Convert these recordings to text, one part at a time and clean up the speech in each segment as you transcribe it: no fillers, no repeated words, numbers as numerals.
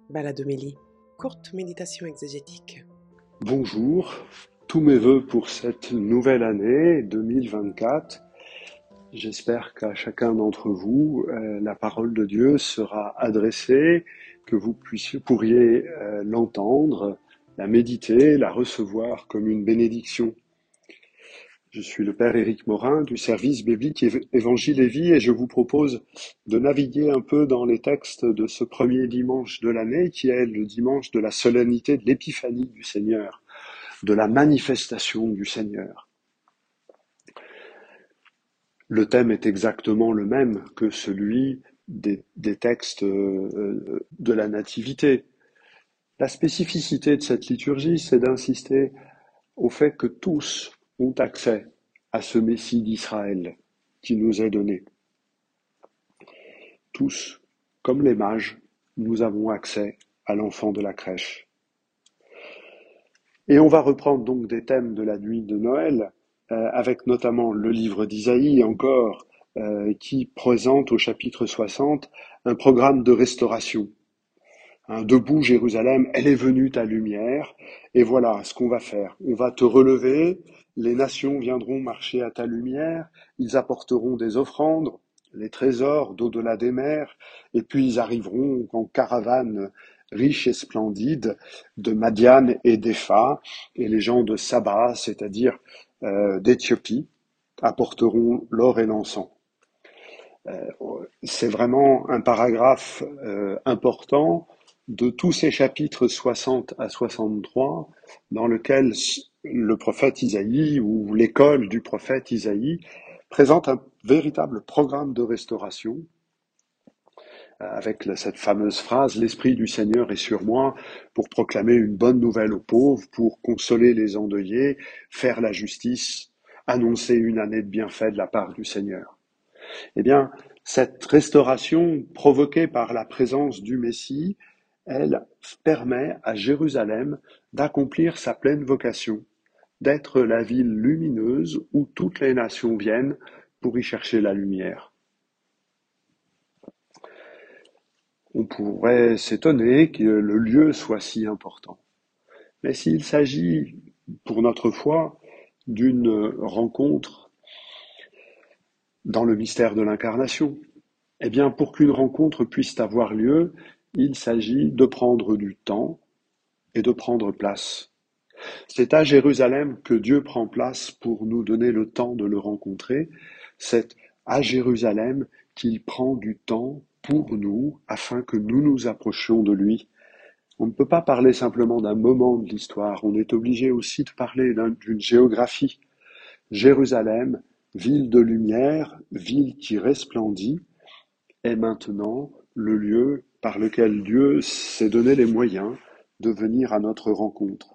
Baladomélie, courte méditation exégétique. Bonjour, tous mes vœux pour cette nouvelle année 2024. J'espère qu'à chacun d'entre vous, la parole de Dieu sera adressée, que vous pourriez l'entendre, la méditer, la recevoir comme une bénédiction. Je suis le Père Éric Morin du service biblique Évangile et Vie et je vous propose de naviguer un peu dans les textes de ce premier dimanche de l'année qui est le dimanche de la solennité de l'Épiphanie du Seigneur, de la manifestation du Seigneur. Le thème est exactement le même que celui des textes de la Nativité. La spécificité de cette liturgie, c'est d'insister au fait que tous ont accès à ce Messie d'Israël qui nous est donné. Tous, comme les mages, nous avons accès à l'enfant de la crèche. Et on va reprendre donc des thèmes de la nuit de Noël, avec notamment le livre d'Isaïe encore, qui présente au chapitre 60 un programme de restauration. Debout Jérusalem, elle est venue ta lumière, et voilà ce qu'on va faire. On va te relever, les nations viendront marcher à ta lumière, ils apporteront des offrandes, les trésors d'au-delà des mers, et puis ils arriveront en caravane riche et splendide de Madian et d'Epha, et les gens de Saba, c'est-à-dire d'Éthiopie, apporteront l'or et l'encens. C'est vraiment un paragraphe important de tous ces chapitres 60 à 63 dans lequel le prophète Isaïe ou l'école du prophète Isaïe présente un véritable programme de restauration avec cette fameuse phrase « L'Esprit du Seigneur est sur moi pour proclamer une bonne nouvelle aux pauvres, pour consoler les endeuillés, faire la justice, annoncer une année de bienfaits de la part du Seigneur ». Eh bien, cette restauration provoquée par la présence du Messie, elle permet à Jérusalem d'accomplir sa pleine vocation, d'être la ville lumineuse où toutes les nations viennent pour y chercher la lumière. On pourrait s'étonner que le lieu soit si important. Mais s'il s'agit, pour notre foi, d'une rencontre dans le mystère de l'incarnation, eh bien, pour qu'une rencontre puisse avoir lieu, il s'agit de prendre du temps et de prendre place. C'est à Jérusalem que Dieu prend place pour nous donner le temps de le rencontrer. C'est à Jérusalem qu'il prend du temps pour nous afin que nous nous approchions de lui. On ne peut pas parler simplement d'un moment de l'histoire, on est obligé aussi de parler d'une géographie. Jérusalem, ville de lumière, ville qui resplendit, est maintenant le lieu par lequel Dieu s'est donné les moyens de venir à notre rencontre.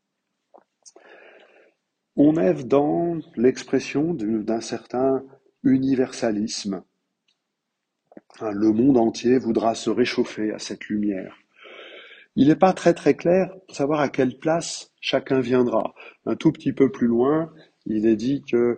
On est dans l'expression d'un certain universalisme. Le monde entier voudra se réchauffer à cette lumière. Il n'est pas très très clair pour savoir à quelle place chacun viendra. Un tout petit peu plus loin, il est dit que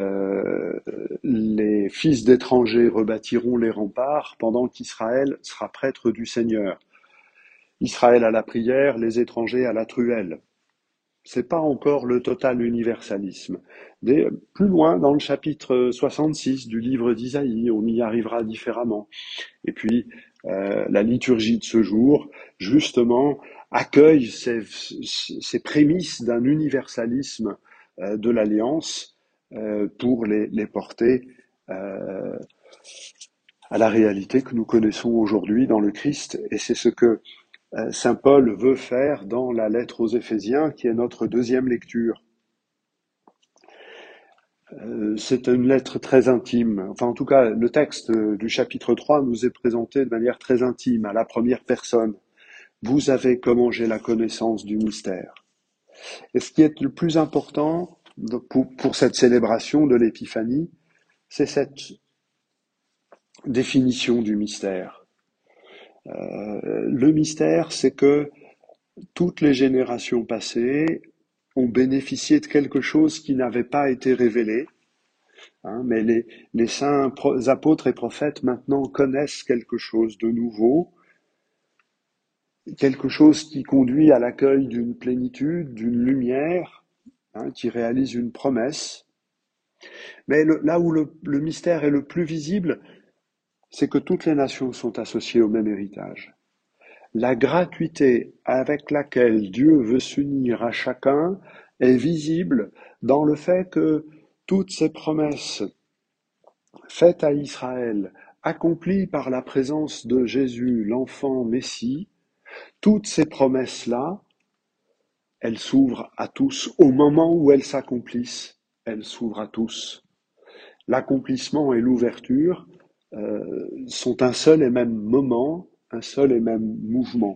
les fils d'étrangers rebâtiront les remparts pendant qu'Israël sera prêtre du Seigneur. Israël à la prière, les étrangers à la truelle. C'est pas encore le total universalisme. Plus loin, dans le chapitre 66 du livre d'Isaïe, on y arrivera différemment. Et puis, la liturgie de ce jour, justement, accueille ces prémices d'un universalisme de l'Alliance pour les porter à la réalité que nous connaissons aujourd'hui dans le Christ. Et c'est ce que Saint Paul veut faire dans la lettre aux Éphésiens, qui est notre deuxième lecture. C'est une lettre très intime. Enfin, en tout cas, le texte du chapitre 3 nous est présenté de manière très intime, à la première personne. Vous avez commencé la connaissance du mystère. Et ce qui est le plus important pour cette célébration de l'Épiphanie, c'est cette définition du mystère. Le mystère, c'est que toutes les générations passées ont bénéficié de quelque chose qui n'avait pas été révélé, mais les saints apôtres et prophètes maintenant connaissent quelque chose de nouveau quelque chose qui conduit à l'accueil d'une plénitude, d'une lumière, qui réalise une promesse. Mais là où le mystère est le plus visible, c'est que toutes les nations sont associées au même héritage. La gratuité avec laquelle Dieu veut s'unir à chacun est visible dans le fait que toutes ces promesses faites à Israël, accomplies par la présence de Jésus, l'enfant Messie, toutes ces promesses-là, elles s'ouvrent à tous. Au moment où elles s'accomplissent, elles s'ouvrent à tous. L'accomplissement et l'ouverture sont un seul et même moment, un seul et même mouvement.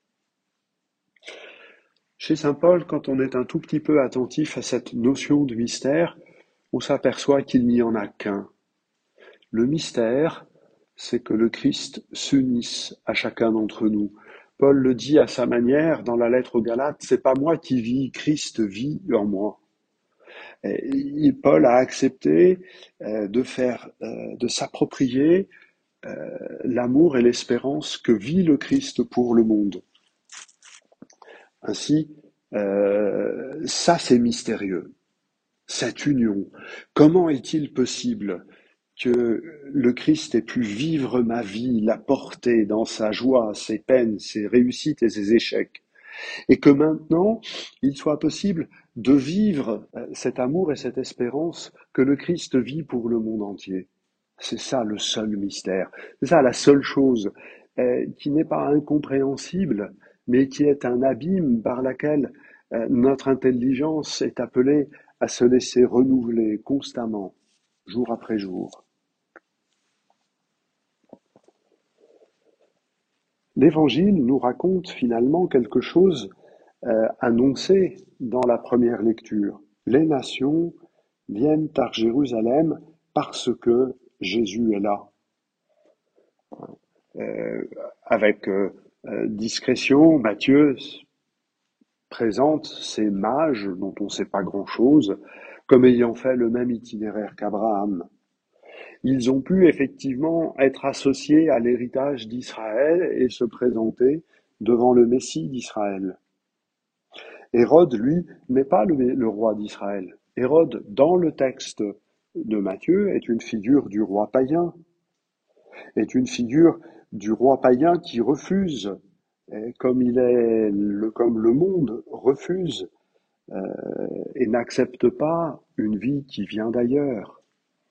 Chez saint Paul, quand on est un tout petit peu attentif à cette notion de mystère, on s'aperçoit qu'il n'y en a qu'un. Le mystère, c'est que le Christ s'unisse à chacun d'entre nous. Paul le dit à sa manière dans la lettre aux Galates, c'est pas moi qui vis, Christ vit en moi. Et Paul a accepté de s'approprier l'amour et l'espérance que vit le Christ pour le monde. Ainsi, ça c'est mystérieux, cette union. Comment est-il possible que le Christ ait pu vivre ma vie, la porter dans sa joie, ses peines, ses réussites et ses échecs, et que maintenant, il soit possible de vivre cet amour et cette espérance que le Christ vit pour le monde entier. C'est ça le seul mystère, c'est ça la seule chose qui n'est pas incompréhensible, mais qui est un abîme par laquelle notre intelligence est appelée à se laisser renouveler constamment, jour après jour. L'Évangile nous raconte finalement quelque chose annoncé dans la première lecture. Les nations viennent à Jérusalem parce que Jésus est là. Euh, avec discrétion, Matthieu présente ces mages dont on ne sait pas grand-chose comme ayant fait le même itinéraire qu'Abraham. Ils ont pu effectivement être associés à l'héritage d'Israël et se présenter devant le Messie d'Israël. Hérode, lui, n'est pas le roi d'Israël. Hérode, dans le texte de Matthieu, est une figure du roi païen, est une figure du roi païen qui refuse, comme le monde refuse et n'accepte pas une vie qui vient d'ailleurs.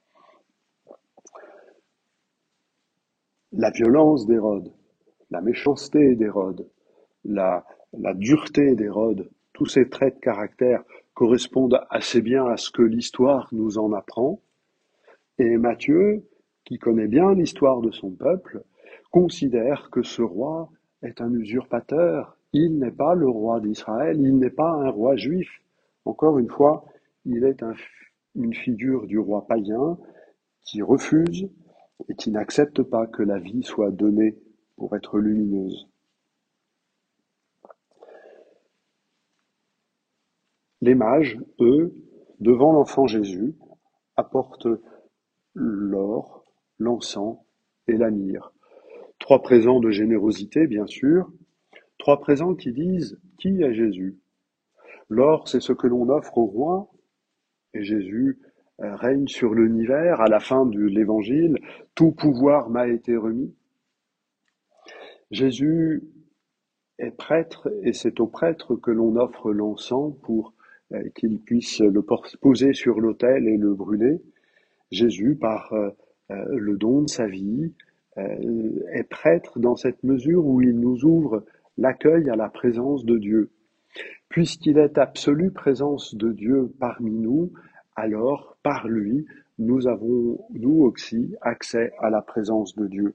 La violence d'Hérode, la méchanceté d'Hérode, la dureté d'Hérode, tous ces traits de caractère correspondent assez bien à ce que l'histoire nous en apprend. Et Matthieu, qui connaît bien l'histoire de son peuple, considère que ce roi est un usurpateur. Il n'est pas le roi d'Israël, il n'est pas un roi juif. Encore une fois, il est une figure du roi païen qui refuse et qui n'accepte pas que la vie soit donnée pour être lumineuse. Les mages, eux, devant l'enfant Jésus, apportent l'or, l'encens et la myrrhe. 3 présents de générosité, bien sûr, 3 présents qui disent qui est Jésus. L'or, c'est ce que l'on offre au roi, et Jésus règne sur l'univers. À la fin de l'évangile, tout pouvoir m'a été remis. Jésus est prêtre, et c'est au prêtre que l'on offre l'encens pour qu'il puisse le poser sur l'autel et le brûler. Jésus, par le don de sa vie, est prêtre dans cette mesure où il nous ouvre l'accueil à la présence de Dieu. Puisqu'il est absolue présence de Dieu parmi nous, alors par lui, nous avons, nous aussi, accès à la présence de Dieu.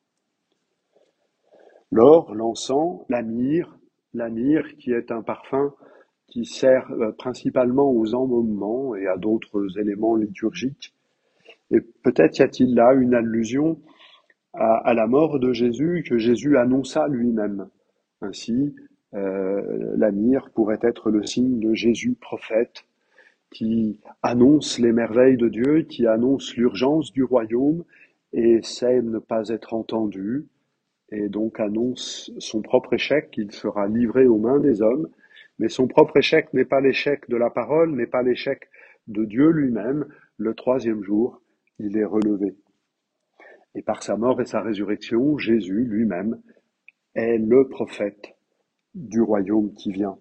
L'or, l'encens, la myrrhe qui est un parfum qui sert principalement aux embaumements et à d'autres éléments liturgiques. Et peut-être y a-t-il là une allusion à la mort de Jésus que Jésus annonça lui-même. Ainsi, la myrrhe pourrait être le signe de Jésus prophète qui annonce les merveilles de Dieu, qui annonce l'urgence du royaume et sait ne pas être entendu et donc annonce son propre échec, qu'il sera livré aux mains des hommes. Mais son propre échec n'est pas l'échec de la parole, n'est pas l'échec de Dieu lui-même. Le troisième jour, il est relevé. Et par sa mort et sa résurrection, Jésus lui-même est le prophète du royaume qui vient.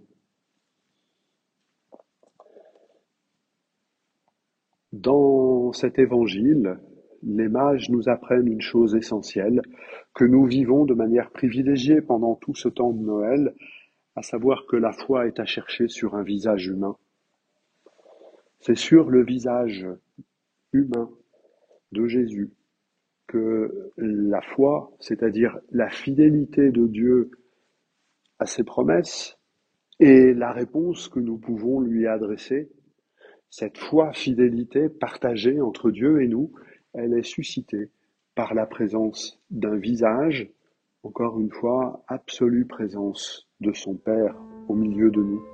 Dans cet évangile, les mages nous apprennent une chose essentielle que nous vivons de manière privilégiée pendant tout ce temps de Noël, à savoir que la foi est à chercher sur un visage humain. C'est sur le visage humain de Jésus que la foi, c'est-à-dire la fidélité de Dieu à ses promesses, et la réponse que nous pouvons lui adresser, cette foi, fidélité partagée entre Dieu et nous, elle est suscitée par la présence d'un visage, encore une fois, absolue présence de son Père au milieu de nous.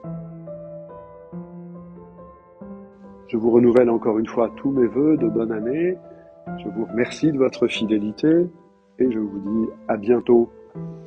Je vous renouvelle encore une fois tous mes vœux de bonne année. Je vous remercie de votre fidélité et je vous dis à bientôt.